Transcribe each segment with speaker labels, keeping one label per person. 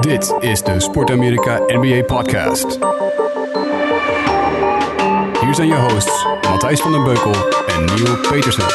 Speaker 1: Dit is de Sport Amerika NBA podcast. Hier zijn je hosts Matthijs van den Beukel en Neil Petersen.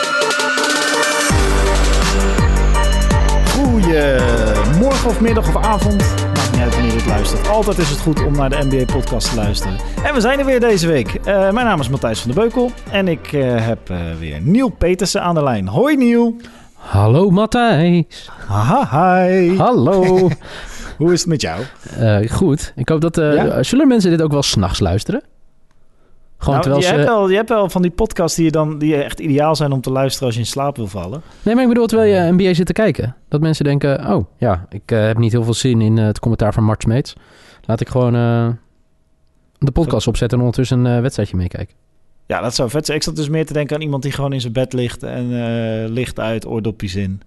Speaker 2: Goedemorgen of middag of avond. Maakt niet uit wanneer je dit luistert. Altijd is het goed om naar de NBA podcast te luisteren. En we zijn er weer deze week. Mijn naam is Matthijs van den Beukel. En ik heb weer Neil Petersen aan de lijn. Hoi Neil.
Speaker 3: Hallo Matthijs.
Speaker 2: Hi.
Speaker 3: Hallo.
Speaker 2: Hoe is het met jou?
Speaker 3: Goed. Ik hoop dat... Zullen mensen dit ook wel 's nachts luisteren? Gewoon
Speaker 2: je hebt wel van die podcasts die echt ideaal zijn om te luisteren als je in slaap wil vallen.
Speaker 3: Nee, maar ik bedoel, terwijl je NBA zit te kijken. Dat mensen denken, oh ja, ik heb niet heel veel zin in het commentaar van Mart Smeets. Laat ik gewoon de podcast opzetten en ondertussen een wedstrijdje meekijken. Ja,
Speaker 2: dat zou vet zijn. Ik zat dus meer te denken aan iemand die gewoon in zijn bed ligt en licht uit, oordopjes in.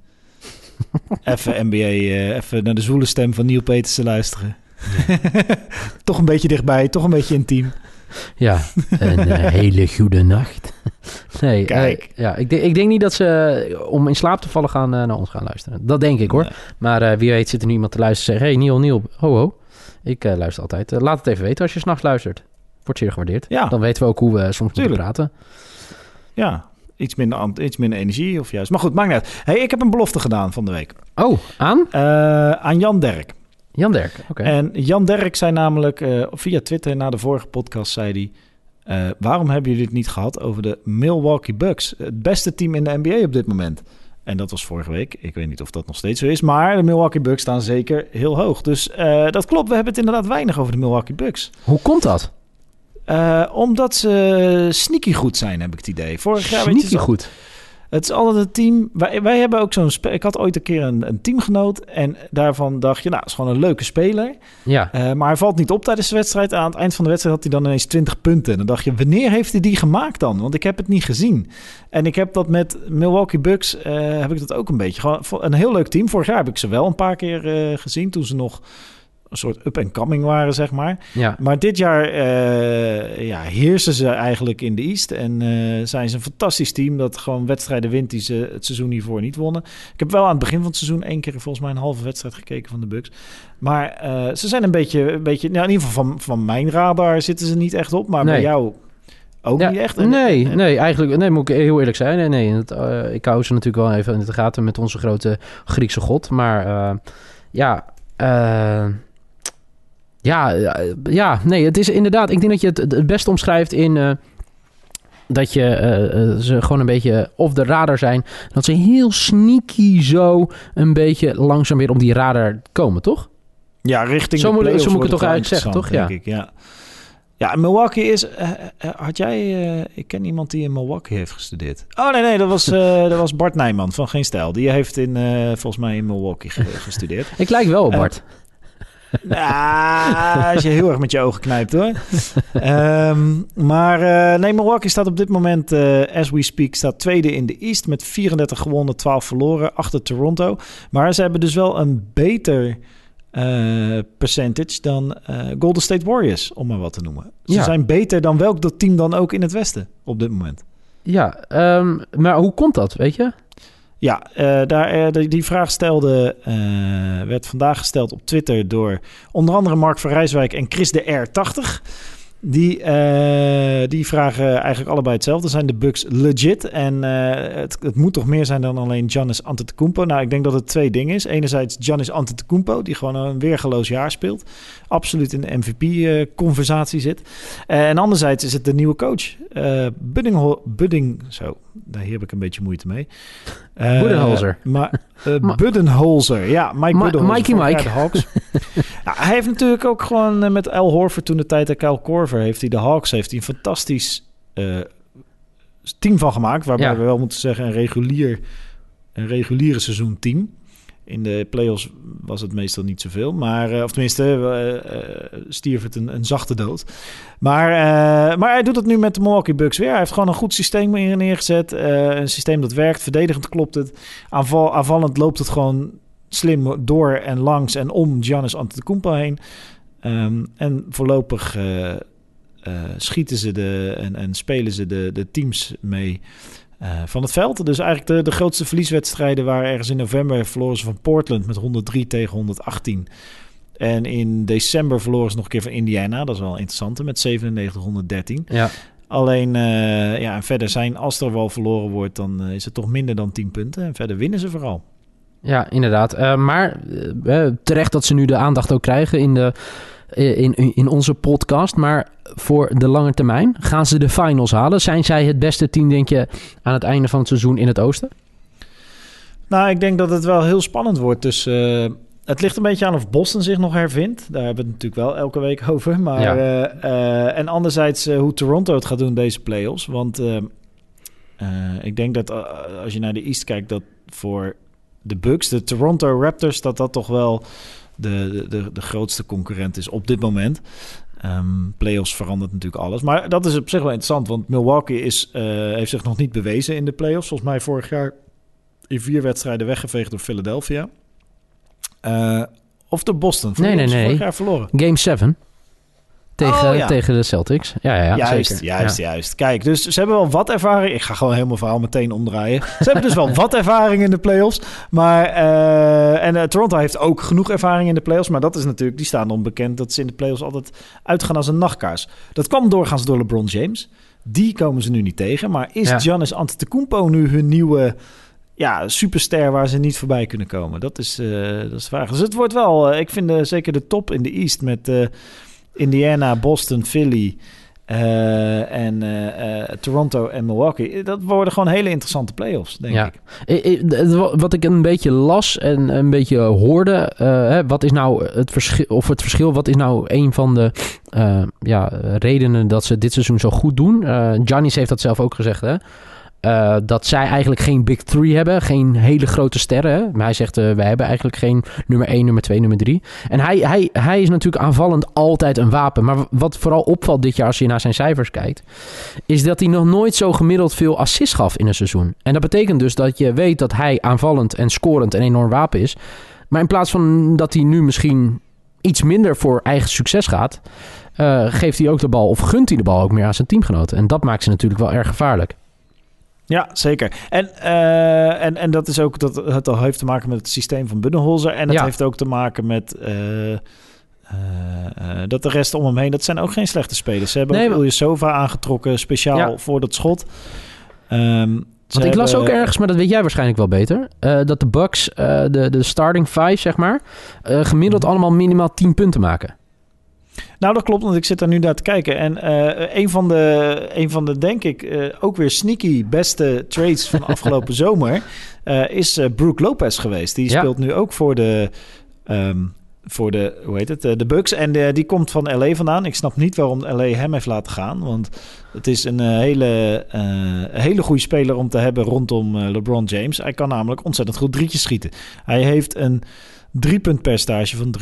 Speaker 2: Even NBA, even naar de zwoele stem van Neil Petersen luisteren. Ja. Toch een beetje dichtbij, toch een beetje intiem.
Speaker 3: Ja, een hele goede nacht. Nee,
Speaker 2: kijk.
Speaker 3: Ik denk niet dat ze om in slaap te vallen naar ons gaan luisteren. Dat denk ik hoor. Nee. Maar wie weet zit er nu iemand te luisteren en zegt... Hey Neil, ho. Ik luister altijd. Laat het even weten als je 's nachts luistert. Wordt zeer gewaardeerd. Ja. Dan weten we ook hoe we soms moeten praten.
Speaker 2: Ja, iets minder energie of juist. Maar goed, maakt niet uit. Hey, ik heb een belofte gedaan van de week.
Speaker 3: Oh, aan?
Speaker 2: Aan Jan Derk.
Speaker 3: Jan Derk, oké.
Speaker 2: En Jan Derk zei namelijk via Twitter na de vorige podcast, zei hij... waarom hebben jullie het niet gehad over de Milwaukee Bucks? Het beste team in de NBA op dit moment. En dat was vorige week. Ik weet niet of dat nog steeds zo is. Maar de Milwaukee Bucks staan zeker heel hoog. Dus dat klopt. We hebben het inderdaad weinig over de Milwaukee Bucks.
Speaker 3: Hoe komt dat?
Speaker 2: Omdat ze sneaky goed zijn, heb ik het idee. Vorig jaar
Speaker 3: sneaky goed?
Speaker 2: Het is altijd een team... Wij hebben ook zo'n... Ik had ooit een keer een teamgenoot... en daarvan dacht je... Nou, het is gewoon een leuke speler.
Speaker 3: Ja.
Speaker 2: Maar hij valt niet op tijdens de wedstrijd. Aan het eind van de wedstrijd had hij dan ineens 20 punten. En dan dacht je... Wanneer heeft hij die gemaakt dan? Want ik heb het niet gezien. En ik heb dat met Milwaukee Bucks... heb ik dat ook een beetje. Gewoon een heel leuk team. Vorig jaar heb ik ze wel een paar keer gezien... toen ze nog... een soort up-and-coming waren, zeg maar. Ja. Maar dit jaar heersen ze eigenlijk in de East. En zijn ze een fantastisch team... dat gewoon wedstrijden wint die ze het seizoen hiervoor niet wonnen. Ik heb wel aan het begin van het seizoen... 1 keer volgens mij een halve wedstrijd gekeken van de Bucks. Maar ze zijn een beetje nou, in ieder geval van mijn radar zitten ze niet echt op. Maar bij jou... ook niet echt?
Speaker 3: Nee, eigenlijk... Nee, moet ik heel eerlijk zijn. Nee, ik hou ze natuurlijk wel even in de gaten... met onze grote Griekse god. Maar nee, het is inderdaad... Ik denk dat je het beste omschrijft in... dat je ze gewoon een beetje off de radar zijn. Dat ze heel sneaky zo een beetje langzaam weer op die radar komen, toch?
Speaker 2: Ja, richting
Speaker 3: zo
Speaker 2: de playoffs.
Speaker 3: Zo moet ik het toch eigenlijk zeggen, toch?
Speaker 2: Denk ik, ja. Ja, Milwaukee is... had jij... ik ken iemand die in Milwaukee heeft gestudeerd. Oh, nee, dat was Bart Nijman van Geen Stijl. Die heeft volgens mij in Milwaukee gestudeerd.
Speaker 3: Ik lijk wel op Bart.
Speaker 2: Als je heel erg met je ogen knijpt, hoor. Milwaukee staat op dit moment, as we speak, staat tweede in de East... met 34 gewonnen, 12 verloren, achter Toronto. Maar ze hebben dus wel een beter... percentage dan Golden State Warriors, om maar wat te noemen. Ze zijn beter dan welk dat team dan ook in het Westen op dit moment.
Speaker 3: Ja, maar hoe komt dat, weet je?
Speaker 2: Ja, die vraag werd vandaag gesteld op Twitter door onder andere Mark van Rijswijk en Chris de R80. Die vragen eigenlijk allebei hetzelfde. Zijn de Bucks legit? En het moet toch meer zijn dan alleen Giannis Antetokounmpo? Nou, ik denk dat het 2 dingen is. Enerzijds Giannis Antetokounmpo, die gewoon een weergeloos jaar speelt. Absoluut in de MVP-conversatie zit. En anderzijds is het de nieuwe coach. Hier heb ik een beetje moeite mee.
Speaker 3: Budenholzer.
Speaker 2: Budenholzer, ja.
Speaker 3: Mikey Mike.
Speaker 2: De Hawks. Hij heeft natuurlijk ook gewoon met Al Horford toen de tijd en Kyle Korver heeft hij een fantastisch team van gemaakt. Waarbij we wel moeten zeggen een reguliere seizoenteam. In de playoffs was het meestal niet zoveel. Maar, of tenminste, stierf het een zachte dood. Maar hij doet het nu met de Milwaukee Bucks weer. Hij heeft gewoon een goed systeem neergezet. Een systeem dat werkt. Verdedigend klopt het. Aanvallend loopt het gewoon slim door en langs en om Giannis Antetokounmpo heen. En voorlopig schieten ze en spelen ze de teams mee van het veld. Dus eigenlijk de grootste verlieswedstrijden waren ergens in november verloren ze van Portland met 103-118. En in december verloren ze nog een keer van Indiana. Dat is wel interessant, met 97-113.
Speaker 3: Ja.
Speaker 2: Alleen, en verder als er wel verloren wordt, dan is het toch minder dan 10 punten. En verder winnen ze vooral.
Speaker 3: Ja, inderdaad. Maar terecht dat ze nu de aandacht ook krijgen in onze podcast. Maar voor de lange termijn, gaan ze de finals halen? Zijn zij het beste team, denk je, aan het einde van het seizoen in het oosten?
Speaker 2: Nou, ik denk dat het wel heel spannend wordt. Dus het ligt een beetje aan of Boston zich nog hervindt. Daar hebben we het natuurlijk wel elke week over. Maar, en anderzijds hoe Toronto het gaat doen deze playoffs. Want ik denk dat als je naar de East kijkt, dat voor de Bucks, de Toronto Raptors, dat toch wel de grootste concurrent is op dit moment. Playoffs verandert natuurlijk alles. Maar dat is op zich wel interessant, want Milwaukee heeft zich nog niet bewezen in de playoffs. Volgens mij vorig jaar in 4 wedstrijden weggeveegd door Philadelphia. Of door Boston.
Speaker 3: Nee.
Speaker 2: Vorig jaar verloren.
Speaker 3: Game 7. Tegen de Celtics. Ja,
Speaker 2: juist. Kijk, dus ze hebben wel wat ervaring. Ik ga gewoon helemaal verhaal meteen omdraaien. Ze hebben dus wel wat ervaring in de playoffs. Maar, Toronto heeft ook genoeg ervaring in de playoffs. Maar dat is natuurlijk, die staan dan bekend dat ze in de playoffs altijd uitgaan als een nachtkaars. Dat kwam doorgaans door LeBron James. Die komen ze nu niet tegen. Maar is Giannis Antetokounmpo nu hun nieuwe superster waar ze niet voorbij kunnen komen? Dat is de vraag. Dus het wordt wel, ik vind zeker de top in de East met Indiana, Boston, Philly en Toronto en Milwaukee. Dat worden gewoon hele interessante playoffs, denk ik.
Speaker 3: Wat ik een beetje las en een beetje hoorde, wat is nou het verschil? Wat is nou een van de redenen dat ze dit seizoen zo goed doen? Giannis heeft dat zelf ook gezegd, hè? Dat zij eigenlijk geen big three hebben. Geen hele grote sterren. Hè? Maar hij zegt, wij hebben eigenlijk geen nummer 1, nummer 2, nummer 3. En hij is natuurlijk aanvallend altijd een wapen. Maar wat vooral opvalt dit jaar als je naar zijn cijfers kijkt, is dat hij nog nooit zo gemiddeld veel assists gaf in een seizoen. En dat betekent dus dat je weet dat hij aanvallend en scorend een enorm wapen is. Maar in plaats van dat hij nu misschien iets minder voor eigen succes gaat, geeft hij ook de bal of gunt hij de bal ook meer aan zijn teamgenoten. En dat maakt ze natuurlijk wel erg gevaarlijk.
Speaker 2: Ja, zeker. En dat is ook dat het al heeft te maken met het systeem van Budenholzer. En het heeft ook te maken met dat de rest om hem heen, dat zijn ook geen slechte spelers. Ze hebben ook Ilyasova aangetrokken, speciaal voor dat schot.
Speaker 3: Want ik las ook ergens, maar dat weet jij waarschijnlijk wel beter, dat de Bucks, de starting 5, zeg maar, gemiddeld allemaal minimaal 10 punten maken.
Speaker 2: Nou, dat klopt, want ik zit daar nu naar te kijken. En een van de denk ik, ook weer sneaky beste trades van afgelopen zomer is Brook Lopez geweest. Die speelt nu ook voor de de Bucks. En die komt van LA vandaan. Ik snap niet waarom LA hem heeft laten gaan. Want het is een hele goede speler om te hebben rondom LeBron James. Hij kan namelijk ontzettend goed drietjes schieten. Hij heeft een 3-puntpercentage van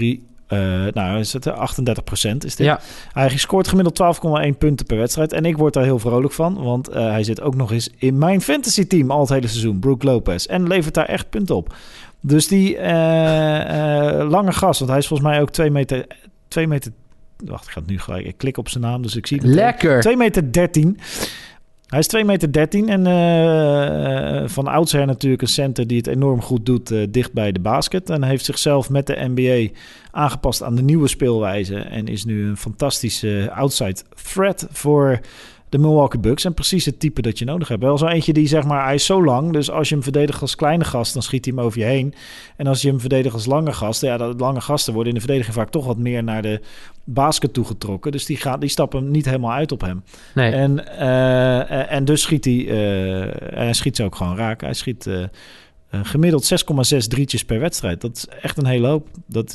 Speaker 2: 38% is dit. Ja. Hij scoort gemiddeld 12,1 punten per wedstrijd. En ik word daar heel vrolijk van. Want hij zit ook nog eens in mijn fantasy team al het hele seizoen. Brook Lopez. En levert daar echt punten op. Dus die lange gast. Want hij is volgens mij ook 2 meter... Wacht, ik ga het nu gelijk... Ik klik op zijn naam, dus ik zie het.
Speaker 3: Lekker!
Speaker 2: 2,13 meter. Hij is 2,13 meter en van oudsher natuurlijk een center die het enorm goed doet dicht bij de basket. En heeft zichzelf met de NBA aangepast aan de nieuwe speelwijze. En is nu een fantastische outside threat voor de Milwaukee Bucks. En precies het type dat je nodig hebt. Wel zo eentje die, zeg maar, hij is zo lang. Dus als je hem verdedigt als kleine gast, dan schiet hij hem over je heen. En als je hem verdedigt als lange gast, de lange gasten worden in de verdediging vaak toch wat meer naar de basket toegetrokken. Dus die stappen niet helemaal uit op hem.
Speaker 3: Nee.
Speaker 2: En dus schiet hij schiet ze ook gewoon raak. Hij schiet gemiddeld 6,6 drietjes per wedstrijd. Dat is echt een hele hoop. Dat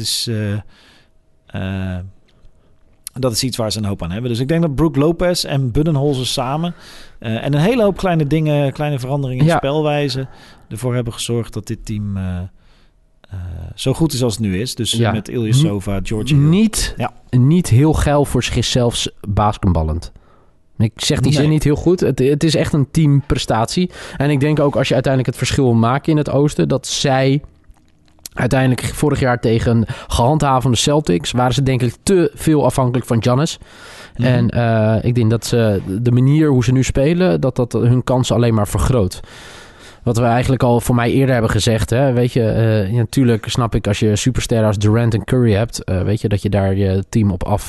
Speaker 2: is iets waar ze een hoop aan hebben. Dus ik denk dat Brook Lopez en Budenholzer samen en een hele hoop kleine dingen, kleine veranderingen in spelwijze ervoor hebben gezorgd dat dit team zo goed is als het nu is. Dus met Ilyasova, George Hill.
Speaker 3: Niet heel geil voor zichzelf basketballend. Ik zeg die zin niet heel goed. Het is echt een teamprestatie. En ik denk ook als je uiteindelijk het verschil wil maken in het oosten, dat zij uiteindelijk vorig jaar tegen gehandhavende Celtics waren ze denk ik te veel afhankelijk van Giannis. Mm-hmm. En ik denk dat de manier hoe ze nu spelen, dat hun kansen alleen maar vergroot. Wat we eigenlijk al voor mij eerder hebben gezegd. Hè? Weet je, natuurlijk snap ik als je supersterren als Durant en Curry hebt. Weet je dat je daar je team op af...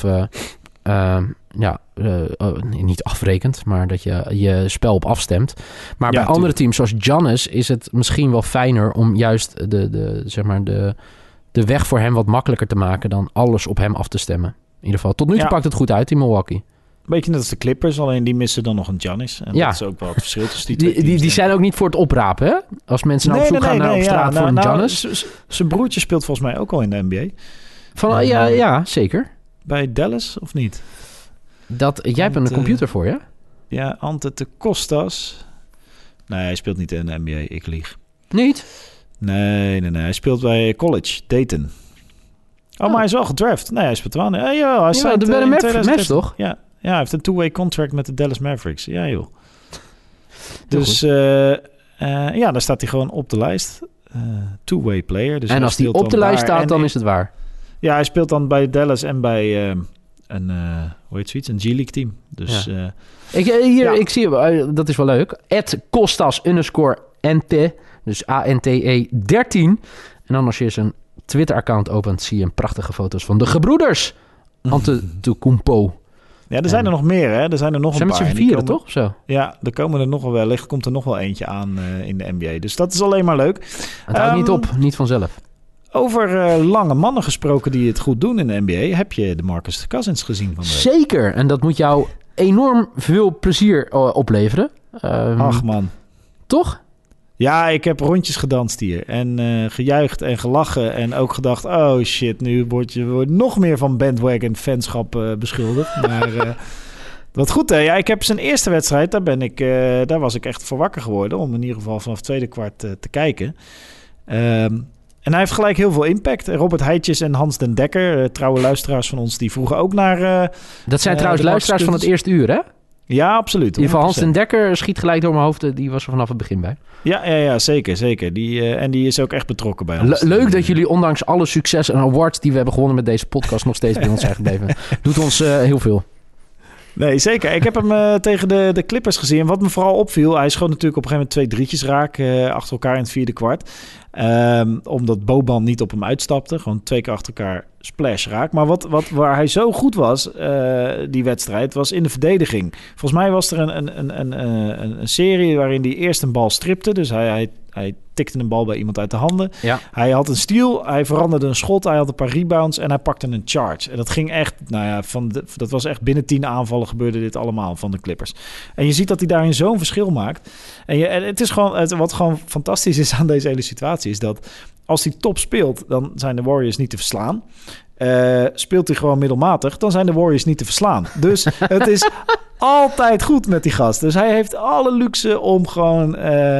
Speaker 3: niet afrekent, maar dat je je spel op afstemt. Maar bij andere teams zoals Giannis is het misschien wel fijner om juist de weg voor hem wat makkelijker te maken dan alles op hem af te stemmen. In ieder geval, tot nu toe pakt het goed uit in Milwaukee.
Speaker 2: Beetje net als de Clippers, alleen die missen dan nog een Giannis. En dat is ook wel het verschil tussen
Speaker 3: die zijn ook niet voor het oprapen, hè? Als mensen op zoek gaan op straat voor een Giannis.
Speaker 2: Zijn broertje speelt volgens mij ook al in de NBA.
Speaker 3: Ja, zeker.
Speaker 2: Bij Dallas, of niet?
Speaker 3: Jij hebt een computer voor, je?
Speaker 2: Ja, Ante de Costas. Nee, hij speelt niet in de NBA, ik lieg.
Speaker 3: Niet?
Speaker 2: Nee. Hij speelt bij college, Dayton. Maar hij is wel gedraft. Nee, hij speelt wel. Hij
Speaker 3: staat bij de Mavs, toch?
Speaker 2: Ja, hij heeft een two-way contract met de Dallas Mavericks. Ja, joh. Dus daar staat hij gewoon op de lijst. Two-way player. Dus
Speaker 3: en als hij op de lijst staat, dan is het waar.
Speaker 2: Ja, hij speelt dan bij Dallas en bij een G-League team. Dus,
Speaker 3: ik zie, dat is wel leuk. @Costas_NT, dus ANTE 13. En dan als je zijn Twitter-account opent, zie je prachtige foto's van de gebroeders Antetokounmpo.
Speaker 2: Ja, er zijn er nog meer, hè? Er zijn er nog een paar.
Speaker 3: Zijn met z'n vieren, toch? Zo.
Speaker 2: Ja, er komen er nog wel. Wellicht komt er nog wel eentje aan in de NBA. Dus dat is alleen maar leuk.
Speaker 3: Het houdt niet op, niet vanzelf.
Speaker 2: Over lange mannen gesproken die het goed doen in de NBA, heb je de Marcus Cousins gezien van de week?
Speaker 3: Zeker, en dat moet jou enorm veel plezier opleveren.
Speaker 2: Ach man.
Speaker 3: Toch?
Speaker 2: Ja, ik heb rondjes gedanst hier en gejuicht en gelachen en ook gedacht, oh shit, nu wordt je nog meer van bandwagon fanschap beschuldigd. Maar wat goed, hè? Ja, ik heb zijn eerste wedstrijd, daar was ik echt voor wakker geworden om in ieder geval vanaf tweede kwart te kijken. En hij heeft gelijk heel veel impact. Robert Heitjes en Hans den Dekker, trouwe luisteraars van ons, die vroegen ook naar...
Speaker 3: dat zijn trouwens luisteraars van het eerste uur, hè?
Speaker 2: Ja, absoluut.
Speaker 3: In ieder geval Hans den Dekker schiet gelijk door mijn hoofd. Die was er vanaf het begin bij.
Speaker 2: Ja, zeker. Die is ook echt betrokken bij ons.
Speaker 3: Leuk dat jullie ondanks alle succes en awards die we hebben gewonnen met deze podcast nog steeds bij ons zijn gebleven. Doet ons heel veel.
Speaker 2: Nee, zeker. Ik heb hem tegen de Clippers gezien. Wat me vooral opviel, hij schoot natuurlijk op een gegeven moment 2 drietjes raak achter elkaar in het vierde kwart. Omdat Boban niet op hem uitstapte. Gewoon 2 keer achter elkaar splash raak. Maar waar hij zo goed was, die wedstrijd, was in de verdediging. Volgens mij was er een serie waarin hij eerst een bal stripte. Dus hij tikte een bal bij iemand uit de handen. Ja. Hij had een steal, hij veranderde een schot, hij had een paar rebounds en hij pakte een charge. En dat ging echt, dat was echt binnen 10 aanvallen gebeurde dit allemaal van de Clippers. En je ziet dat hij daarin zo'n verschil maakt. En het is gewoon, wat gewoon fantastisch is aan deze hele situatie, is dat als hij top speelt, dan zijn de Warriors niet te verslaan. Speelt hij gewoon middelmatig, dan zijn de Warriors niet te verslaan. Dus het is altijd goed met die gast. Dus hij heeft alle luxe om gewoon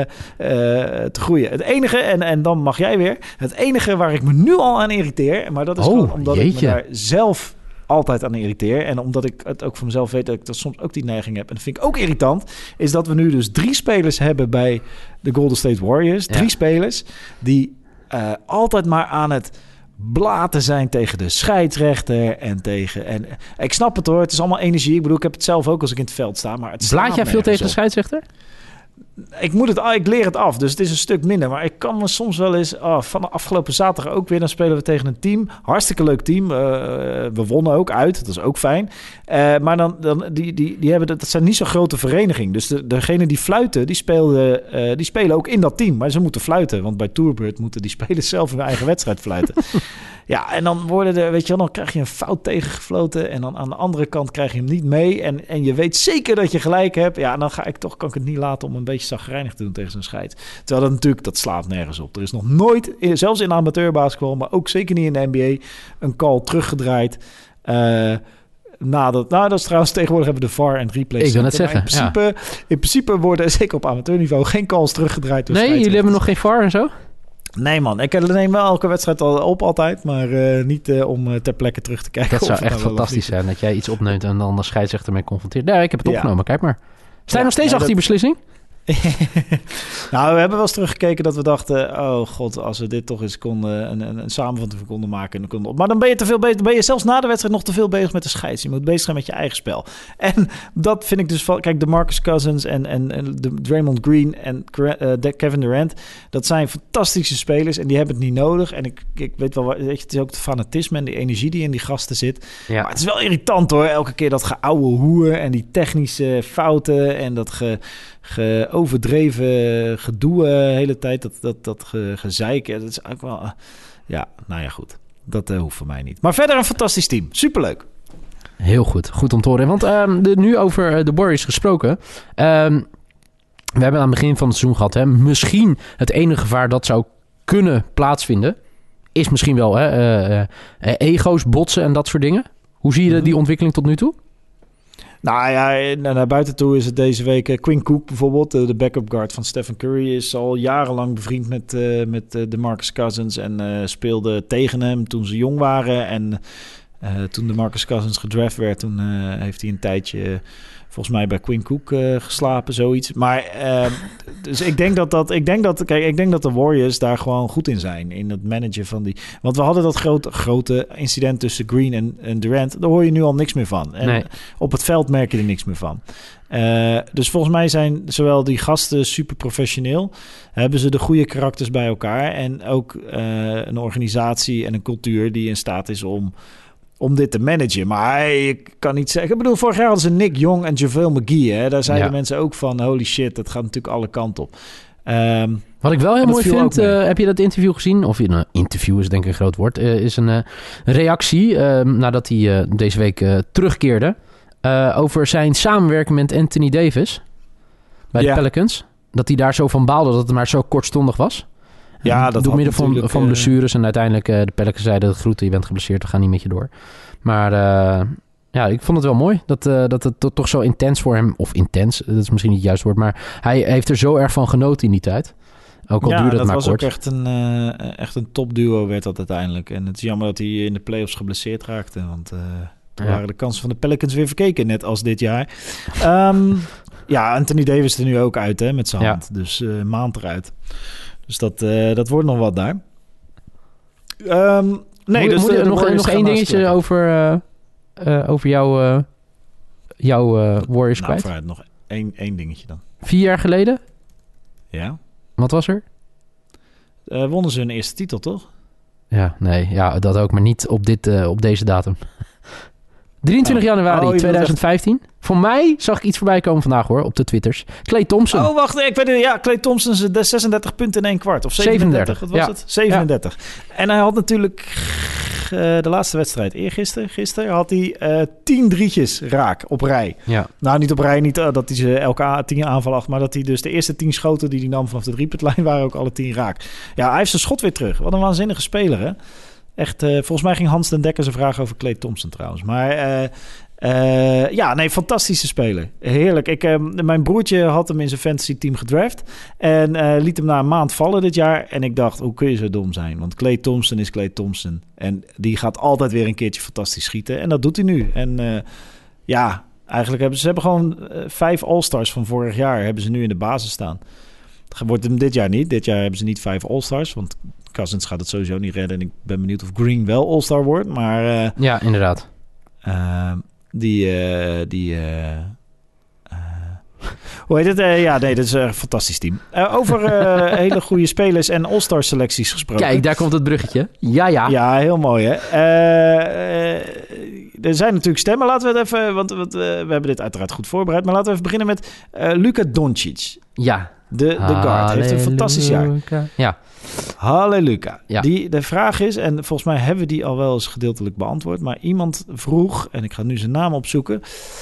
Speaker 2: te groeien. Het enige, en dan mag jij weer, het enige waar ik me nu al aan irriteer, maar dat is gewoon omdat ik me daar zelf altijd aan irriteer. En omdat ik het ook van mezelf weet dat ik dat soms ook die neiging heb. En dat vind ik ook irritant. Is dat we nu dus 3 spelers hebben bij de Golden State Warriors. 3 spelers die altijd maar aan het blaten zijn tegen de scheidsrechter en ik snap het hoor, het is allemaal energie. Ik bedoel, ik heb het zelf ook als ik in het veld sta, maar het
Speaker 3: blaat jij veel tegen de scheidsrechter?
Speaker 2: Ik leer het af, dus het is een stuk minder. Maar ik kan me soms wel eens... van de afgelopen zaterdag ook weer... dan spelen we tegen een team. Hartstikke leuk team. We wonnen ook uit. Dat is ook fijn. Maar dan die hebben dat zijn niet zo'n grote vereniging. Dus degene die fluiten, die spelen ook in dat team. Maar ze moeten fluiten. Want bij Tourbird moeten die spelers zelf hun eigen wedstrijd fluiten. Ja, en dan dan krijg je een fout tegengefloten. En dan aan de andere kant krijg je hem niet mee. En je weet zeker dat je gelijk hebt. Ja, dan kan ik het niet laten om een beetje zagrijnig te doen tegen zijn scheid. Terwijl dat slaat nergens op. Er is nog nooit, zelfs in amateurbasketbal, maar ook zeker niet in de NBA, een call teruggedraaid. Dat is trouwens, tegenwoordig hebben we de VAR en replay.
Speaker 3: Ik wil net zeggen.
Speaker 2: In principe worden, zeker op amateurniveau, geen calls teruggedraaid.
Speaker 3: Nee, jullie hebben nog geen VAR en zo?
Speaker 2: Nee man, ik neem wel elke wedstrijd al op altijd, maar niet om ter plekke terug te kijken.
Speaker 3: Dat zou echt fantastisch zijn, dat jij iets opneemt en dan de scheidsrechter mee confronteert. Nee, ik heb het opgenomen, kijk maar. Sta je nog steeds achter die beslissing?
Speaker 2: Nou, we hebben wel eens teruggekeken dat we dachten... oh god, als we dit toch eens konden... een samenvatting konden maken. En konden... Maar dan ben je te veel bezig. Ben je zelfs na de wedstrijd nog te veel bezig met de scheids. Je moet bezig zijn met je eigen spel. En dat vind ik dus van... Kijk, de Marcus Cousins en de Draymond Green en Kevin Durant... dat zijn fantastische spelers en die hebben het niet nodig. En ik weet wel... Weet je, het is ook het fanatisme en die energie die in die gasten zit. Ja. Maar het is wel irritant hoor. Elke keer dat geouwe hoer en die technische fouten... en dat overdreven gedoe de hele tijd, dat gezeik. Dat is ook wel... nou ja, goed. Dat hoeft voor mij niet. Maar verder een fantastisch team. Superleuk.
Speaker 3: Heel goed. Goed om te horen. Want nu over de Warriors gesproken. We hebben aan het begin van het seizoen gehad... Hè, misschien het enige gevaar dat zou kunnen plaatsvinden... is misschien wel ego's, botsen en dat soort dingen. Hoe zie je die ontwikkeling tot nu toe?
Speaker 2: Nou ja, naar buiten toe is het deze week... Quinn Cook bijvoorbeeld, de backup guard van Stephen Curry... is al jarenlang bevriend met de Marcus Cousins... en speelde tegen hem toen ze jong waren. En toen de Marcus Cousins gedraft werd... toen heeft hij een tijdje... volgens mij bij Quinn Cook geslapen, zoiets. Maar dus ik denk dat de Warriors daar gewoon goed in zijn. In het managen van die... Want we hadden dat grote incident tussen Green en Durant. Daar hoor je nu al niks meer van. En op het veld merk je er niks meer van. Dus volgens mij zijn zowel die gasten super professioneel... hebben ze de goede karakters bij elkaar... en ook een organisatie en een cultuur die in staat is om dit te managen. Maar ik kan niet zeggen... Ik bedoel, vorig jaar hadden ze Nick Young en JaVale McGee. Hè? Daar zeiden mensen ook van... holy shit, dat gaat natuurlijk alle kanten op.
Speaker 3: Wat ik wel heel mooi vind... heb je dat interview gezien? Of een interview is denk ik een groot woord. Is een reactie nadat hij deze week terugkeerde... over zijn samenwerking met Anthony Davis... bij de Pelicans. Dat hij daar zo van baalde dat het maar zo kortstondig was.
Speaker 2: Ja, dat
Speaker 3: door middel van blessures. En uiteindelijk de Pelicans zeiden... groeten, je bent geblesseerd, we gaan niet met je door. Maar ik vond het wel mooi... dat het toch zo intens voor hem... of intens, dat is misschien niet het juiste woord... maar hij heeft er zo erg van genoten in die tijd. Ook al duurde het maar kort. Ja, dat
Speaker 2: was ook echt een topduo werd dat uiteindelijk. En het is jammer dat hij in de playoffs geblesseerd raakte. Want toen waren de kansen van de Pelicans weer verkeken... net als dit jaar. Anthony Davis er nu ook uit hè, met zijn hand. Dus maand eruit. Dus dat wordt nog wat daar.
Speaker 3: Nog één dingetje over jouw Warriors kwijt.
Speaker 2: Vooruit, nog één dingetje dan.
Speaker 3: 4 jaar geleden?
Speaker 2: Ja.
Speaker 3: Wat was er?
Speaker 2: Wonnen ze hun eerste titel, toch?
Speaker 3: Ja, dat ook, maar niet op deze datum. 23 januari 2015. Voor mij zag ik iets voorbij komen vandaag hoor, op de Twitters. Klay Thompson.
Speaker 2: Oh, wacht. Ik weet het. Ja, Klay Thompson is 36 punten in 1 kwart. Of 37. Wat was het? 37. Ja. En hij had natuurlijk de laatste wedstrijd, gisteren had hij 10 drietjes raak op rij. Ja. Nou, niet op rij, niet dat hij ze elke 10 aanval acht, maar dat hij dus de eerste 10 schoten die hij nam vanaf de driepuntlijn waren ook alle 10 raak. Ja, hij heeft zijn schot weer terug. Wat een waanzinnige speler, hè? Echt, volgens mij ging Hans den Dekker zijn vraag over Klay Thompson trouwens. Maar fantastische speler. Heerlijk. Mijn broertje had hem in zijn fantasy team gedraft. En liet hem na een maand vallen dit jaar. En ik dacht, hoe kun je zo dom zijn? Want Klay Thompson is Klay Thompson. En die gaat altijd weer een keertje fantastisch schieten. En dat doet hij nu. En eigenlijk hebben ze gewoon 5 All-Stars van vorig jaar hebben ze nu in de basis staan. Dat wordt hem dit jaar niet. Dit jaar hebben ze niet 5 All-Stars, want Cousins gaat het sowieso niet redden. En ik ben benieuwd of Green wel All-Star wordt. Maar
Speaker 3: ja, inderdaad.
Speaker 2: Hoe heet het? Dat is een fantastisch team. Over hele goede spelers en All-Star selecties gesproken.
Speaker 3: Kijk, daar komt het bruggetje. Ja.
Speaker 2: Ja, heel mooi hè. Er zijn natuurlijk stemmen. Laten we het even, want we hebben dit uiteraard goed voorbereid. Maar laten we even beginnen met Luka Doncic.
Speaker 3: Ja.
Speaker 2: De guard heeft een fantastisch jaar.
Speaker 3: Ja.
Speaker 2: Halleluja. Ja. De vraag is, en volgens mij hebben we die al wel eens gedeeltelijk beantwoord, maar iemand vroeg, en ik ga nu zijn naam opzoeken.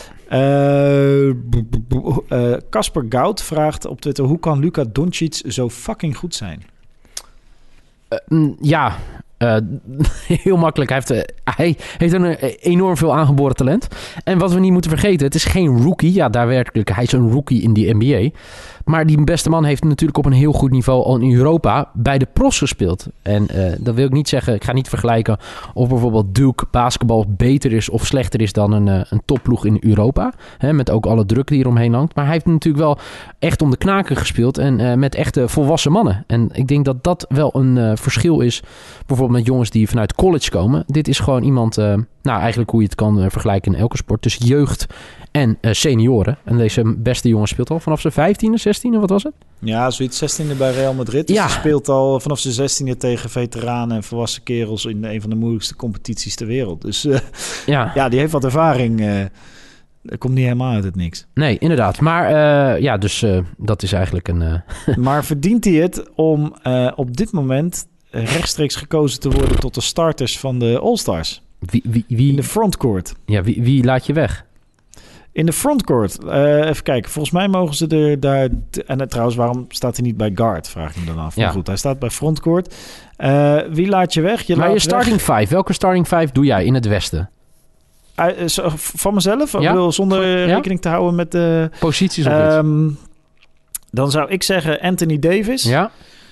Speaker 2: Casper Gout vraagt op Twitter, hoe kan Luka Doncic zo fucking goed zijn?
Speaker 3: Heel makkelijk. Hij heeft een enorm veel aangeboren talent. En wat we niet moeten vergeten, het is geen rookie. Ja, daadwerkelijk, hij is een rookie in die NBA. Maar die beste man heeft natuurlijk op een heel goed niveau al in Europa bij de pros gespeeld. En dat wil ik niet zeggen. Ik ga niet vergelijken of bijvoorbeeld Duke basketbal beter is of slechter is dan een topploeg in Europa. Hè, met ook alle druk die eromheen hangt. Maar hij heeft natuurlijk wel echt om de knaken gespeeld en met echte volwassen mannen. En ik denk dat dat wel een verschil is. Bijvoorbeeld met jongens die vanuit college komen. Dit is gewoon iemand, eigenlijk hoe je het kan vergelijken in elke sport. Dus jeugd en senioren. En deze beste jongen speelt al vanaf zijn 15e, 16e, wat was het?
Speaker 2: Ja, zoiets 16e bij Real Madrid. Dus hij speelt al vanaf zijn 16e tegen veteranen en volwassen kerels in een van de moeilijkste competities ter wereld. Dus die heeft wat ervaring. Dat komt niet helemaal uit het niks.
Speaker 3: Nee, inderdaad. Maar dat is eigenlijk een...
Speaker 2: Maar verdient hij het om op dit moment rechtstreeks gekozen te worden tot de starters van de All-Stars?
Speaker 3: Wie?
Speaker 2: In de frontcourt.
Speaker 3: Ja, wie laat je weg?
Speaker 2: In de frontcourt. Even kijken. Volgens mij mogen ze er daar... En trouwens, waarom staat hij niet bij guard? Vraag ik me dan af. Ja. Maar goed, hij staat bij frontcourt. Wie laat je weg?
Speaker 3: Je starting five. Welke starting five doe jij in het Westen?
Speaker 2: Van mezelf? Ja? Zonder rekening te houden met de...
Speaker 3: posities of iets?
Speaker 2: Dan zou ik zeggen Anthony Davis.
Speaker 3: Ja.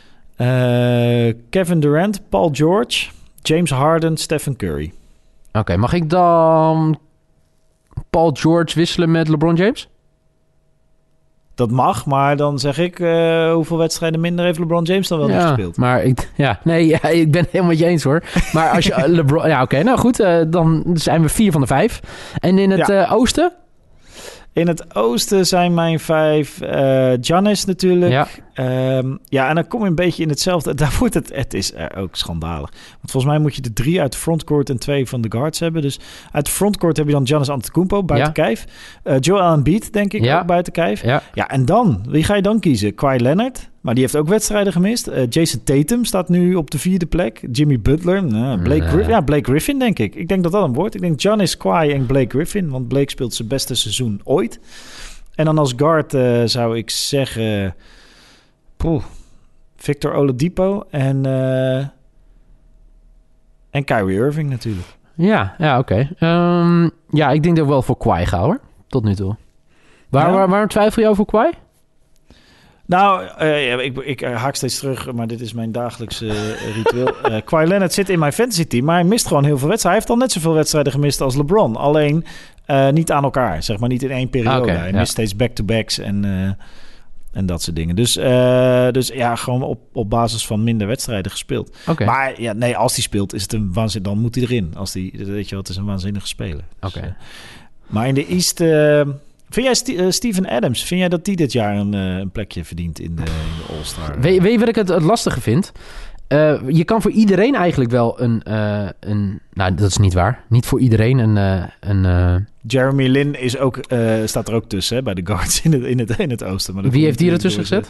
Speaker 2: Kevin Durant, Paul George, James Harden, Stephen Curry.
Speaker 3: Oké, mag ik dan Paul George wisselen met LeBron James?
Speaker 2: Dat mag, maar dan zeg ik... hoeveel wedstrijden minder heeft LeBron James dan wel niet gespeeld?
Speaker 3: Maar ik ben het helemaal met je eens hoor. Maar als je LeBron... Ja, oké, nou goed. Dan zijn we 4 van de 5. En in het oosten?
Speaker 2: In het oosten zijn mijn 5 Giannis natuurlijk. Ja. En dan kom je een beetje in hetzelfde. Daar wordt het is ook schandalig. Want volgens mij moet je de 3 uit de frontcourt en 2 van de guards hebben. Dus uit de frontcourt heb je dan Giannis Antetokounmpo buiten kijf. Joel Embiid denk ik ook buiten kijf. Ja, en dan, wie ga je dan kiezen? Kawhi Leonard, maar die heeft ook wedstrijden gemist. Jason Tatum staat nu op de 4e plek. Jimmy Butler, Blake Griffin denk ik. Ik denk dat dat een wordt. Ik denk Giannis, Kawhi en Blake Griffin. Want Blake speelt zijn beste seizoen ooit. En dan als guard zou ik zeggen... Victor Oladipo en Kyrie Irving natuurlijk.
Speaker 3: Ja, oké. Ik denk dat ik wel voor Kawhi ga hoor. Tot nu toe. Waarom twijfel je over Kawhi?
Speaker 2: Nou, ik haak steeds terug, maar dit is mijn dagelijkse ritueel. Kawhi Leonard zit in mijn fantasy team, maar hij mist gewoon heel veel wedstrijden. Hij heeft al net zoveel wedstrijden gemist als LeBron. Alleen niet aan elkaar, zeg maar niet in één periode. Hij mist steeds back-to-backs en dat soort dingen. Dus gewoon op basis van minder wedstrijden gespeeld. Okay. Maar als hij speelt, is het een waanzin. Dan moet hij erin. Weet je wat, het is een waanzinnige speler.
Speaker 3: Okay.
Speaker 2: Dus, maar in de East... vind jij Steven Adams, vind jij dat die dit jaar een plekje verdient in de All-Star?
Speaker 3: Weet je wat ik het lastige vind? Je kan voor iedereen eigenlijk wel nou, dat is niet waar. Niet voor iedereen
Speaker 2: Jeremy Lin is ook, staat er ook tussen, hè, bij de guards in het oosten. Maar
Speaker 3: wie heeft die ertussen gezet?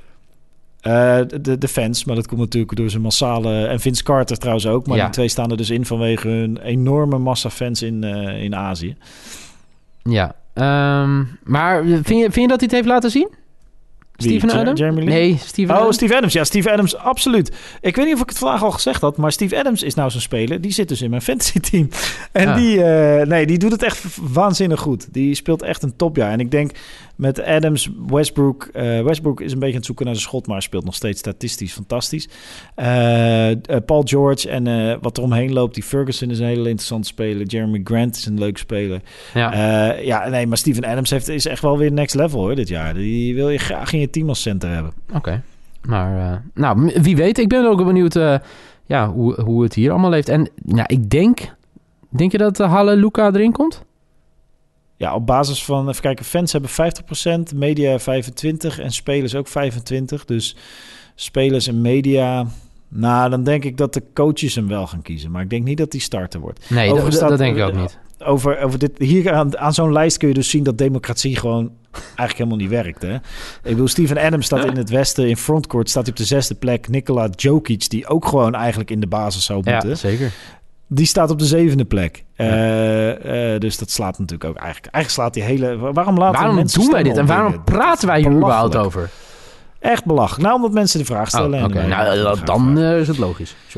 Speaker 2: De fans, maar dat komt natuurlijk door zijn massale... En Vince Carter trouwens ook, maar die twee staan er dus in vanwege hun enorme massa fans in Azië.
Speaker 3: Ja, maar vind je dat hij het heeft laten zien? Steven Adams? Nee, Steven Adams.
Speaker 2: Steve Adams. Ja, Steve Adams, absoluut. Ik weet niet of ik het vandaag al gezegd had, maar Steve Adams is nou zo'n speler. Die zit dus in mijn fantasy team. En die doet het echt waanzinnig goed. Die speelt echt een topjaar. En ik denk met Adams, Westbrook... Westbrook is een beetje aan het zoeken naar zijn schot, maar speelt nog steeds statistisch fantastisch. Paul George en wat er omheen loopt. Die Ferguson is een hele interessante speler. Jeremy Grant is een leuk speler. Maar Steven Adams is echt wel weer next level hoor dit jaar. Die wil je graag in je team als center hebben.
Speaker 3: Oké. Maar wie weet. Ik ben ook benieuwd hoe het hier allemaal leeft. En ik denk je dat Halleluja erin komt?
Speaker 2: Ja, op basis van, even kijken, fans hebben 50%, media 25% en spelers ook 25%. Dus spelers en media, dan denk ik dat de coaches hem wel gaan kiezen. Maar ik denk niet dat die starter wordt.
Speaker 3: Nee, dat denk ik ook niet.
Speaker 2: Over dit, hier aan zo'n lijst kun je dus zien dat democratie gewoon eigenlijk helemaal niet werkt. Hè? Ik bedoel, Steven Adams staat in het westen, in frontcourt staat hij op de 6e plek. Nikola Jokic, die ook gewoon eigenlijk in de basis zou moeten.
Speaker 3: Ja, zeker.
Speaker 2: Die staat op de 7e plek. Dus dat slaat natuurlijk ook eigenlijk slaat die hele... Waarom
Speaker 3: doen wij dit en waarom praten wij hier überhaupt over?
Speaker 2: Echt belachelijk. Nou, omdat mensen de vraag stellen.
Speaker 3: Dan is het logisch. Sorry.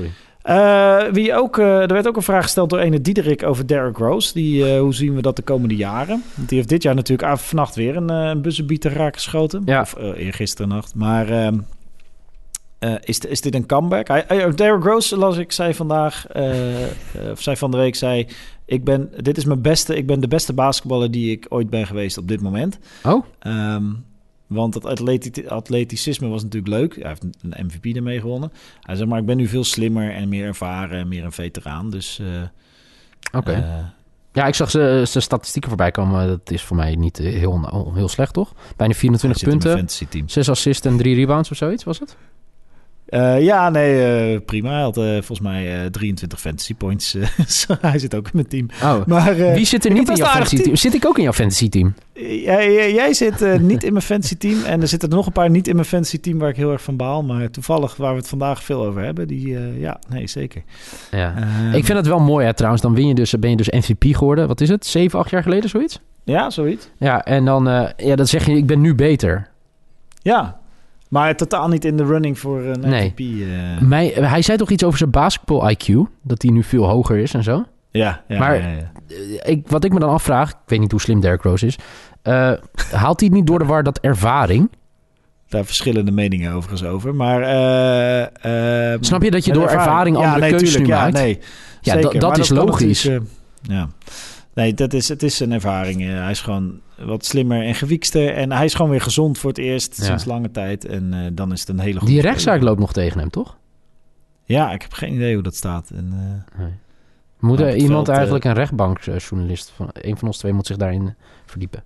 Speaker 2: Er werd ook een vraag gesteld door ene Diederik over Derrick Rose. Hoe zien we dat de komende jaren? Want die heeft dit jaar natuurlijk vannacht weer een buzzerbieter raak geschoten.
Speaker 3: Ja.
Speaker 2: Of eergisteren nacht. Maar is dit een comeback? Derrick Rose, zei vandaag, zei van de week, ik ben de beste basketballer die ik ooit ben geweest op dit moment.
Speaker 3: Oh?
Speaker 2: Want het atleticisme was natuurlijk leuk. Hij heeft een MVP ermee gewonnen. Hij zegt, maar ik ben nu veel slimmer en meer ervaren en meer een veteraan. Dus...
Speaker 3: Oké. Ja, ik zag zijn statistieken voorbij komen. Dat is voor mij niet heel slecht, toch? Bijna 24 punten, 6 assists en 3 rebounds of zoiets, was het?
Speaker 2: Prima. Hij had volgens mij 23 fantasy points. Hij zit ook in mijn team.
Speaker 3: Oh.
Speaker 2: Maar,
Speaker 3: wie zit er niet in jouw fantasy team? Zit ik ook in jouw fantasy team?
Speaker 2: Jij zit niet in mijn fantasy team. En er zitten er nog een paar niet in mijn fantasy team waar ik heel erg van baal. Maar toevallig waar we het vandaag veel over hebben. Zeker.
Speaker 3: Ja. Ik vind het wel mooi, hè, trouwens. Dan ben je dus MVP geworden. Wat is het? 7, 8 jaar geleden, zoiets?
Speaker 2: Ja, zoiets.
Speaker 3: Ja, en dan zeg je, ik ben nu beter.
Speaker 2: Ja. Maar totaal niet in de running voor een MVP.
Speaker 3: Hij zei toch iets over zijn basketbal IQ? Dat die nu veel hoger is en zo?
Speaker 2: Ja.
Speaker 3: Wat ik me dan afvraag... Ik weet niet hoe slim Derrick Rose is. Haalt hij het niet door de war dat ervaring?
Speaker 2: Daar verschillende meningen overigens over. Maar...
Speaker 3: Snap je dat je door ervaring andere keuzes nu maakt?
Speaker 2: Nee,
Speaker 3: ja, dat is logisch.
Speaker 2: Nee, het is een ervaring. Hij is gewoon wat slimmer en gewiekster. En hij is gewoon weer gezond voor het eerst sinds lange tijd. En dan is het een hele goede...
Speaker 3: Die rechtszaak loopt nog tegen hem, toch?
Speaker 2: Ja, ik heb geen idee hoe dat staat.
Speaker 3: Nee. Moet iemand eigenlijk een rechtbankjournalist... Een van ons twee moet zich daarin verdiepen.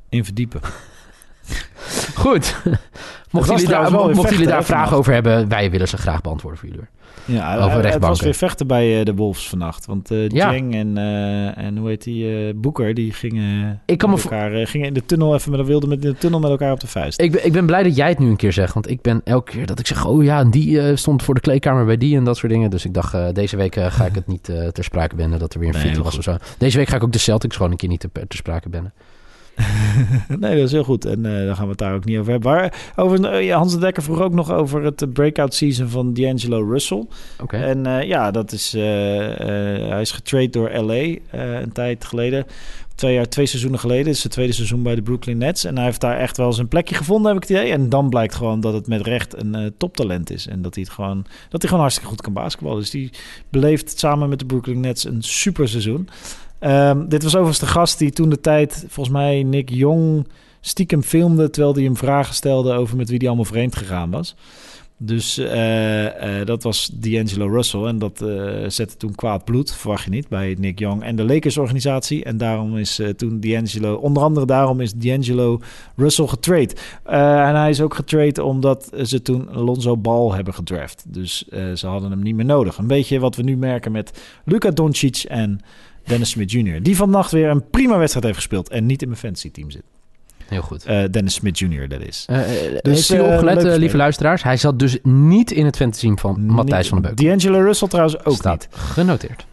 Speaker 3: Goed. Mochten jullie daar vragen over hebben... wij willen ze graag beantwoorden voor jullie.
Speaker 2: Ja,
Speaker 3: over rechtbanken.
Speaker 2: Het was weer vechten bij de Wolves vannacht. Want Jeng en hoe heet die Boeker... die gingen in de tunnel met elkaar op de vuist.
Speaker 3: Ik ben blij dat jij het nu een keer zegt. Want ik ben elke keer dat ik zeg... oh ja, en die stond voor de kleedkamer bij die en dat soort dingen. Dus ik dacht, deze week ga ik het niet ter sprake benden... dat er weer een fit was of zo. Deze week ga ik ook de Celtics gewoon een keer niet ter sprake benden.
Speaker 2: Nee, dat is heel goed. En dan gaan we het daar ook niet over hebben. Maar Hans de Dekker vroeg ook nog over het breakout season van D'Angelo Russell.
Speaker 3: Okay.
Speaker 2: En dat is... hij is getrade door LA een tijd geleden. 2 seizoenen geleden. Dit is zijn tweede seizoen bij de Brooklyn Nets. En hij heeft daar echt wel zijn plekje gevonden, heb ik het idee. En dan blijkt gewoon dat het met recht een toptalent is. En dat hij gewoon hartstikke goed kan basketballen. Dus die beleeft samen met de Brooklyn Nets een super seizoen. Dit was overigens de gast die toen de tijd, volgens mij Nick Jong, stiekem filmde... terwijl hij hem vragen stelde over met wie hij allemaal vreemd gegaan was. Dus dat was D'Angelo Russell. En dat zette toen kwaad bloed, verwacht je niet, bij Nick Young en de Lakers-organisatie. En daarom is onder andere daarom is D'Angelo Russell getrade. En hij is ook getrade omdat ze toen Lonzo Ball hebben gedraft. Dus ze hadden hem niet meer nodig. Een beetje wat we nu merken met Luka Doncic en Dennis Smith Jr. Die vannacht weer een prima wedstrijd heeft gespeeld en niet in mijn fantasy team zit.
Speaker 3: Heel goed.
Speaker 2: Dennis Smith Jr. dat is.
Speaker 3: Dus, heeft u opgelet, lieve luisteraars? Hij zat dus niet in het fantasy team van Matthijs van den Beuk.
Speaker 2: D'Angelo Russell trouwens ook
Speaker 3: staat
Speaker 2: niet.
Speaker 3: Genoteerd.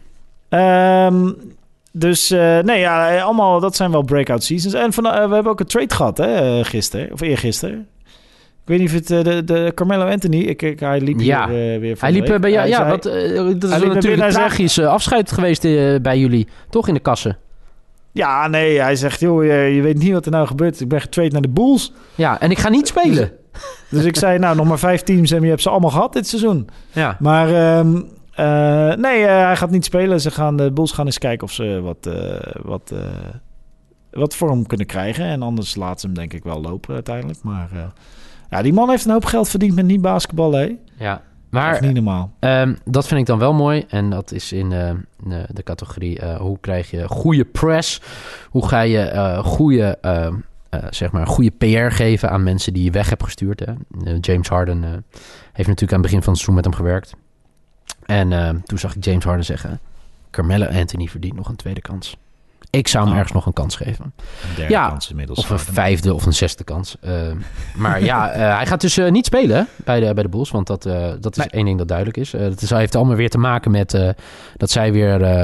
Speaker 2: Allemaal, dat zijn wel breakout seasons. En we hebben ook een trade gehad, hè, gisteren. Of eergisteren. Ik weet niet of het de Carmelo Anthony... hij liep hier weer van.
Speaker 3: Hij liep bij jou. Dat is natuurlijk een tragisch afscheid geweest bij jullie. Toch in de kassen.
Speaker 2: Ja, nee, hij zegt, joh, je weet niet wat er nou gebeurt. Ik ben getrade naar de Bulls.
Speaker 3: Ja, en ik ga niet spelen.
Speaker 2: Dus ik zei, nog maar 5 teams en je hebt ze allemaal gehad dit seizoen.
Speaker 3: Ja.
Speaker 2: Maar hij gaat niet spelen. De Bulls gaan eens kijken of ze wat voor hem kunnen krijgen. En anders laten ze hem denk ik wel lopen uiteindelijk. Maar die man heeft een hoop geld verdiend met niet basketballen, hè?
Speaker 3: Ja. Maar
Speaker 2: echt niet normaal.
Speaker 3: Dat vind ik dan wel mooi. En dat is in de categorie... hoe krijg je goede press? Hoe ga je goede PR geven aan mensen die je weg hebt gestuurd? Hè? James Harden heeft natuurlijk aan het begin van het seizoen met hem gewerkt. En toen zag ik James Harden zeggen... Carmelo Anthony verdient nog een tweede kans. Ik zou hem ergens nog een kans geven.
Speaker 2: Een derde kans inmiddels.
Speaker 3: Of een vijfde of een zesde kans. Maar hij gaat dus niet spelen bij de Bulls. Want dat is één ding dat duidelijk is. Het heeft allemaal weer te maken met dat zij weer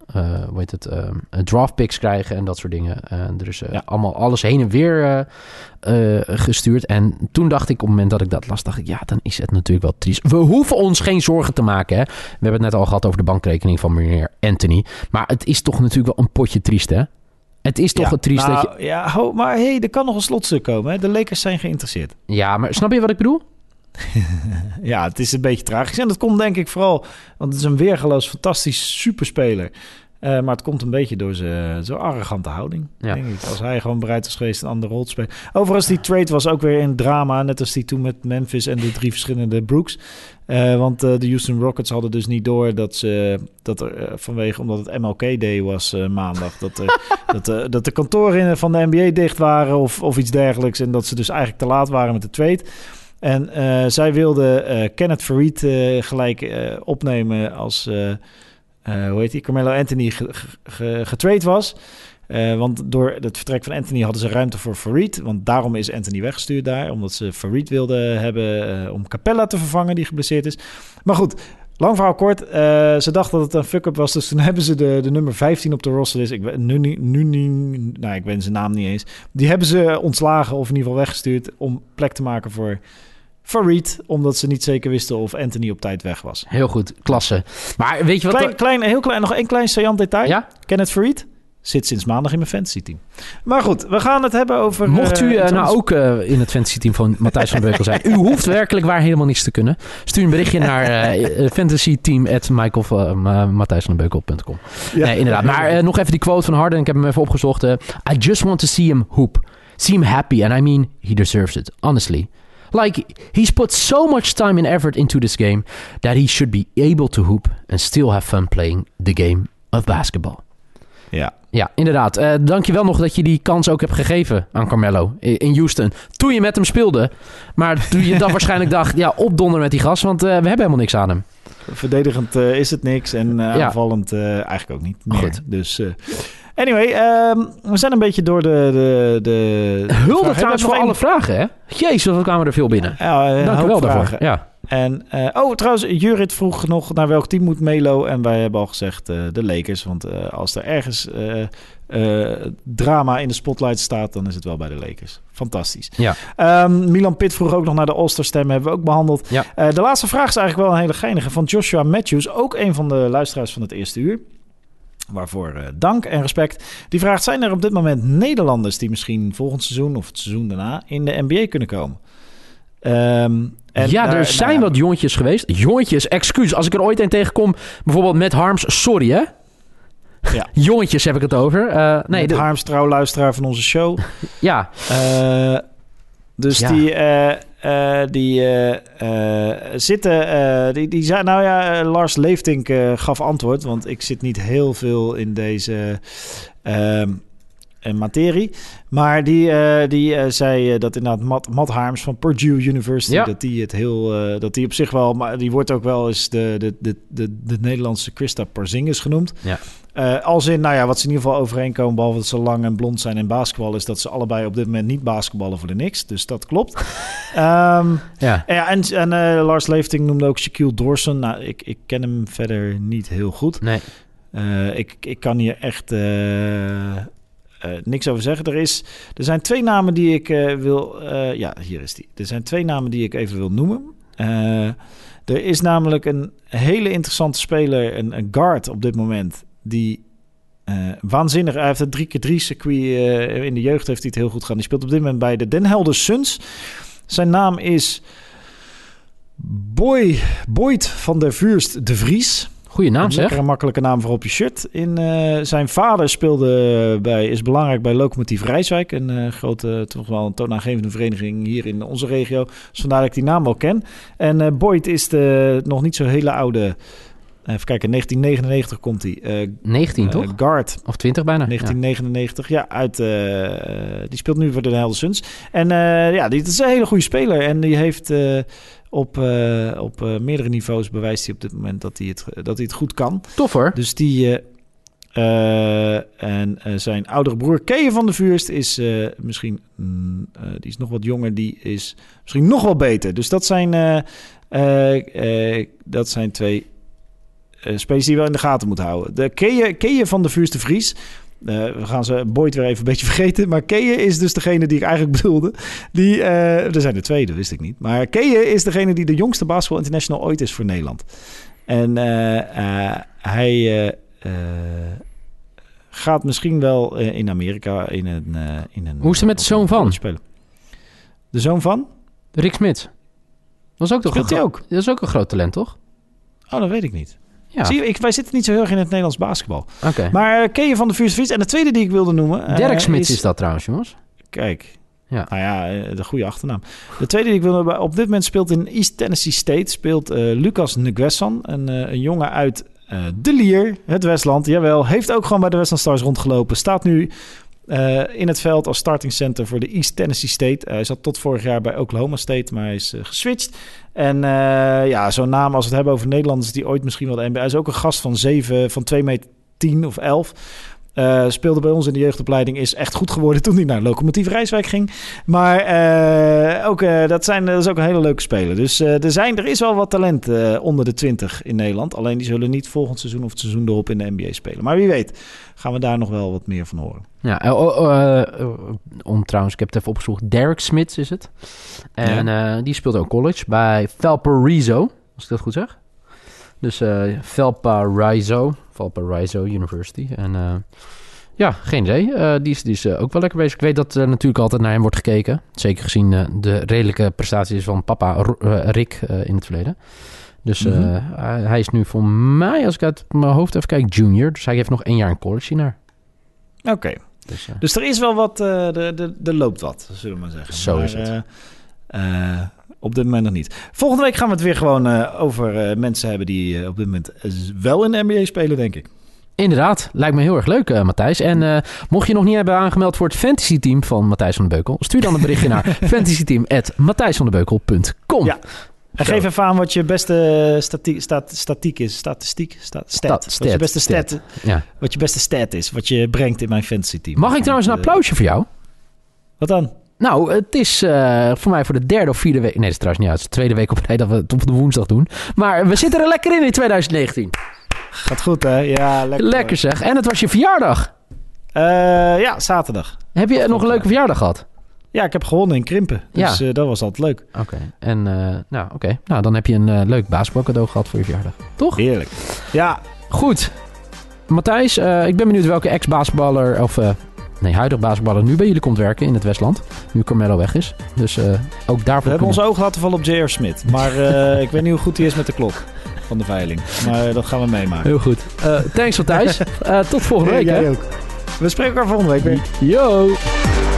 Speaker 3: draft picks krijgen en dat soort dingen. Er is allemaal alles heen en weer gestuurd. En toen dacht ik, op het moment dat ik dat las, dacht ik, ja, dan is het natuurlijk wel triest. We hoeven ons geen zorgen te maken, hè. We hebben het net al gehad over de bankrekening van meneer Anthony. Maar het is toch natuurlijk wel een potje triest, hè? Het is toch het triest dat je...
Speaker 2: Ja, maar er kan nog een slotstuk komen, hè. De Lakers zijn geïnteresseerd.
Speaker 3: Ja, maar snap je wat ik bedoel?
Speaker 2: Ja, het is een beetje tragisch. En dat komt denk ik vooral, want het is een weergeloos fantastisch superspeler. Maar het komt een beetje door zijn arrogante houding, denk ik. Als hij gewoon bereid was geweest een andere rol te spelen. Overigens, die trade was ook weer in drama, net als die toen met Memphis en de 3 verschillende Brooks. Want de Houston Rockets hadden dus niet door dat er vanwege, omdat het MLK Day was maandag, dat de kantoren van de NBA dicht waren of iets dergelijks. En dat ze dus eigenlijk te laat waren met de trade. En zij wilden Kenneth Faried gelijk opnemen als... Carmelo Anthony getrade was. Want door het vertrek van Anthony hadden ze ruimte voor Faried. Want daarom is Anthony weggestuurd daar. Omdat ze Faried wilden hebben om Capella te vervangen, die geblesseerd is. Maar goed, lang verhaal kort. Ze dachten dat het een fuck-up was. Dus toen hebben ze de nummer 15 op de roster. Ik weet zijn naam niet eens. Die hebben ze ontslagen of in ieder geval weggestuurd om plek te maken voor Faried, omdat ze niet zeker wisten of Anthony op tijd weg was.
Speaker 3: Heel goed, klasse. Maar weet je wat...
Speaker 2: Nog één klein saillant detail.
Speaker 3: Ja?
Speaker 2: Kenneth Faried zit sinds maandag in mijn fantasy-team. Maar goed, we gaan het hebben over...
Speaker 3: Mocht u ook in het fantasy-team van Matthijs van Beukel zijn, u hoeft werkelijk waar helemaal niets te kunnen. Stuur een berichtje naar fantasyteam@matthijsvanbeukel.com. Ja. Nee, inderdaad. Maar nog even die quote van Harden. Ik heb hem even opgezocht. I just want to see him hoop. See him happy. And I mean, he deserves it. Honestly. Like, he's put so much time and effort into this game that he should be able to hoop and still have fun playing the game of basketball. Ja, inderdaad. Dankjewel nog dat je die kans ook hebt gegeven aan Carmelo in Houston. Toen je met hem speelde. Maar toen je dan waarschijnlijk dacht, ja, opdonder met die gast, want we hebben helemaal niks aan hem.
Speaker 2: Verdedigend is het niks en aanvallend eigenlijk ook niet meer. Goed. Dus... Anyway, we zijn een beetje door de
Speaker 3: hulde trouwens voor alle vragen, hè? Jezus, we kwamen er veel binnen. Dank je wel daarvoor. Ja.
Speaker 2: En, trouwens, Jurit vroeg nog naar welk team moet Melo. En wij hebben al gezegd de Lakers. Want als er ergens drama in de spotlight staat, dan is het wel bij de Lakers. Fantastisch.
Speaker 3: Ja.
Speaker 2: Milan Pitt vroeg ook nog naar de All-Star stem. Hebben we ook behandeld.
Speaker 3: Ja.
Speaker 2: De laatste vraag is eigenlijk wel een hele geinige. Van Joshua Matthews, ook een van de luisteraars van het eerste uur. Waarvoor dank en respect. Die vraagt, zijn er op dit moment Nederlanders die misschien volgend seizoen of het seizoen daarna in de NBA kunnen komen?
Speaker 3: Er zijn wat jongetjes geweest. Jongetjes, excuus. Als ik er ooit een tegenkom, bijvoorbeeld met Harms, sorry hè.
Speaker 2: Ja.
Speaker 3: Jongetjes heb ik het over.
Speaker 2: Harms, trouw luisteraar van onze show.
Speaker 3: Ja.
Speaker 2: Dus die zitten... Die zei, Lars Leeftink gaf antwoord, want ik zit niet heel veel in deze materie. Maar die zei dat inderdaad Matt Harms van Purdue University, dat die op zich wel, maar die wordt ook wel eens de Nederlandse Kristaps Porzingis genoemd.
Speaker 3: Ja.
Speaker 2: Als in, wat ze in ieder geval overeenkomen, behalve dat ze lang en blond zijn in basketbal, is dat ze allebei op dit moment niet basketballen voor de niks. Dus dat klopt. En Lars Leeftink noemde ook Shaquille Dawson. Nou, ik ken hem verder niet heel goed.
Speaker 3: Nee.
Speaker 2: Ik kan hier echt niks over zeggen. Er zijn 2 namen die ik wil... hier is die. Er zijn 2 namen die ik even wil noemen. Er is namelijk een hele interessante speler, een guard op dit moment, die waanzinnig... Hij heeft het 3x3 circuit in de jeugd heeft hij het heel goed gedaan. Die speelt op dit moment bij de Den Helder Suns. Zijn naam is Boyd van der Vuurst de Vries.
Speaker 3: Goeie naam, zeg.
Speaker 2: Lekker een makkelijke naam voor op je shirt. Zijn vader is belangrijk bij Lokomotief Rijswijk. Een grote, toch wel een toonaangevende vereniging hier in onze regio. Dus vandaar dat ik die naam wel ken. En Boyd is de nog niet zo hele oude... Even kijken, 1999 komt hij.
Speaker 3: 19 toch?
Speaker 2: Guard.
Speaker 3: Of 20 bijna.
Speaker 2: 1999, die speelt nu voor de Helder Suns. En die is een hele goede speler. En die heeft... Op meerdere niveaus bewijst hij op dit moment dat hij het goed kan.
Speaker 3: Tof hoor.
Speaker 2: Dus die... zijn oudere broer Kees van der Vuurst is misschien... die is nog wat jonger. Die is misschien nog wel beter. Dus dat zijn 2 spelers die je wel in de gaten moet houden. Ken je van de Vuurs de Vries? We gaan ze Boyd weer even een beetje vergeten. Maar Keje is dus degene die ik eigenlijk bedoelde. Er zijn er twee, dat wist ik niet. Maar Keje is degene die de jongste basketball international ooit is voor Nederland. En hij gaat misschien wel in Amerika in een...
Speaker 3: Hoe is het met de zoon van?
Speaker 2: Spelen. De zoon van?
Speaker 3: Rick Smits. Dat is ook een groot talent, toch?
Speaker 2: Oh, dat weet ik niet.
Speaker 3: Ja.
Speaker 2: Zie je, wij zitten niet zo heel erg in het Nederlands basketbal.
Speaker 3: Okay.
Speaker 2: Maar ken je van de Vuurs de Vries? En de tweede die ik wilde noemen...
Speaker 3: Derek Smits is dat trouwens, jongens.
Speaker 2: Kijk.
Speaker 3: Ja.
Speaker 2: Nou ja, de goede achternaam. De tweede die ik wilde noemen... Op dit moment speelt in East Tennessee State... speelt Lucas Nguessan. Een jongen uit De Lier, het Westland. Jawel, heeft ook gewoon bij de Westland Stars rondgelopen. Staat nu... in het veld als starting center voor de East Tennessee State. Hij zat tot vorig jaar bij Oklahoma State, maar hij is geswitcht. En zo'n naam als we het hebben over Nederlanders... die ooit misschien wel de NBA... Hij is ook een gast van 2 meter 10 of 11... speelde bij ons in de jeugdopleiding, is echt goed geworden toen hij naar Lokomotief Rijswijk ging. Maar dat is ook een hele leuke speler. Dus er is wel wat talent onder de 20 in Nederland. Alleen die zullen niet volgend seizoen of het seizoen erop in de NBA spelen. Maar wie weet gaan we daar nog wel wat meer van horen.
Speaker 3: Ja, trouwens, ik heb het even opgezocht. Derek Smits is het. En die speelt ook college bij Valparaiso, als ik dat goed zeg. Dus Valparaiso University. En geen idee. Die is ook wel lekker bezig. Ik weet dat natuurlijk altijd naar hem wordt gekeken. Zeker gezien de redelijke prestaties van papa Rick in het verleden. Dus hij is nu voor mij, als ik uit mijn hoofd even kijk, junior. Dus hij heeft nog 1 jaar in college hiernaar.
Speaker 2: Oké. Dus er is wel wat, er loopt wat, zullen we maar zeggen.
Speaker 3: Zo is het.
Speaker 2: Op dit moment nog niet. Volgende week gaan we het weer gewoon over mensen hebben die op dit moment wel in de NBA spelen, denk ik.
Speaker 3: Inderdaad, lijkt me heel erg leuk, Matthijs. En mocht je nog niet hebben aangemeld voor het fantasy team van Matthijs van den Beukel, stuur dan een berichtje naar fantasyteam@matthijsvandebeukel.com. Ja.
Speaker 2: En geef even aan wat je beste statistiek is. Wat je beste stat. Ja. Wat je beste stat is. Wat je brengt in mijn fantasy team.
Speaker 3: Mag ik trouwens een applausje voor jou?
Speaker 2: Wat dan?
Speaker 3: Nou, het is voor mij voor de 3e of 4e week... Nee, dat is trouwens niet uit. Het is de 2e week op rij dat we het op de woensdag doen. Maar we zitten er lekker in 2019.
Speaker 2: Gaat goed, hè? Ja,
Speaker 3: lekker zeg. En het was je verjaardag.
Speaker 2: Ja, zaterdag.
Speaker 3: Heb je nog een leuke verjaardag gehad?
Speaker 2: Ja, ik heb gewonnen in Krimpen. Dus dat was altijd leuk.
Speaker 3: Oké. En Nou, dan heb je een leuk basketbalcadeau gehad voor je verjaardag. Toch?
Speaker 2: Heerlijk. Ja.
Speaker 3: Goed. Matthijs, ik ben benieuwd welke ex-basketballer... huidig basketballer nu bij jullie komt werken in het Westland. Nu Carmelo weg is. Dus ook daarvoor...
Speaker 2: We hebben onze ogen laten vallen op J.R. Smith. Maar ik weet niet hoe goed hij is met de klok van de veiling. Maar dat gaan we meemaken.
Speaker 3: Heel goed. Thanks Matthijs. Tot volgende week.
Speaker 2: Jij ook. We spreken elkaar volgende week weer.
Speaker 3: Yo!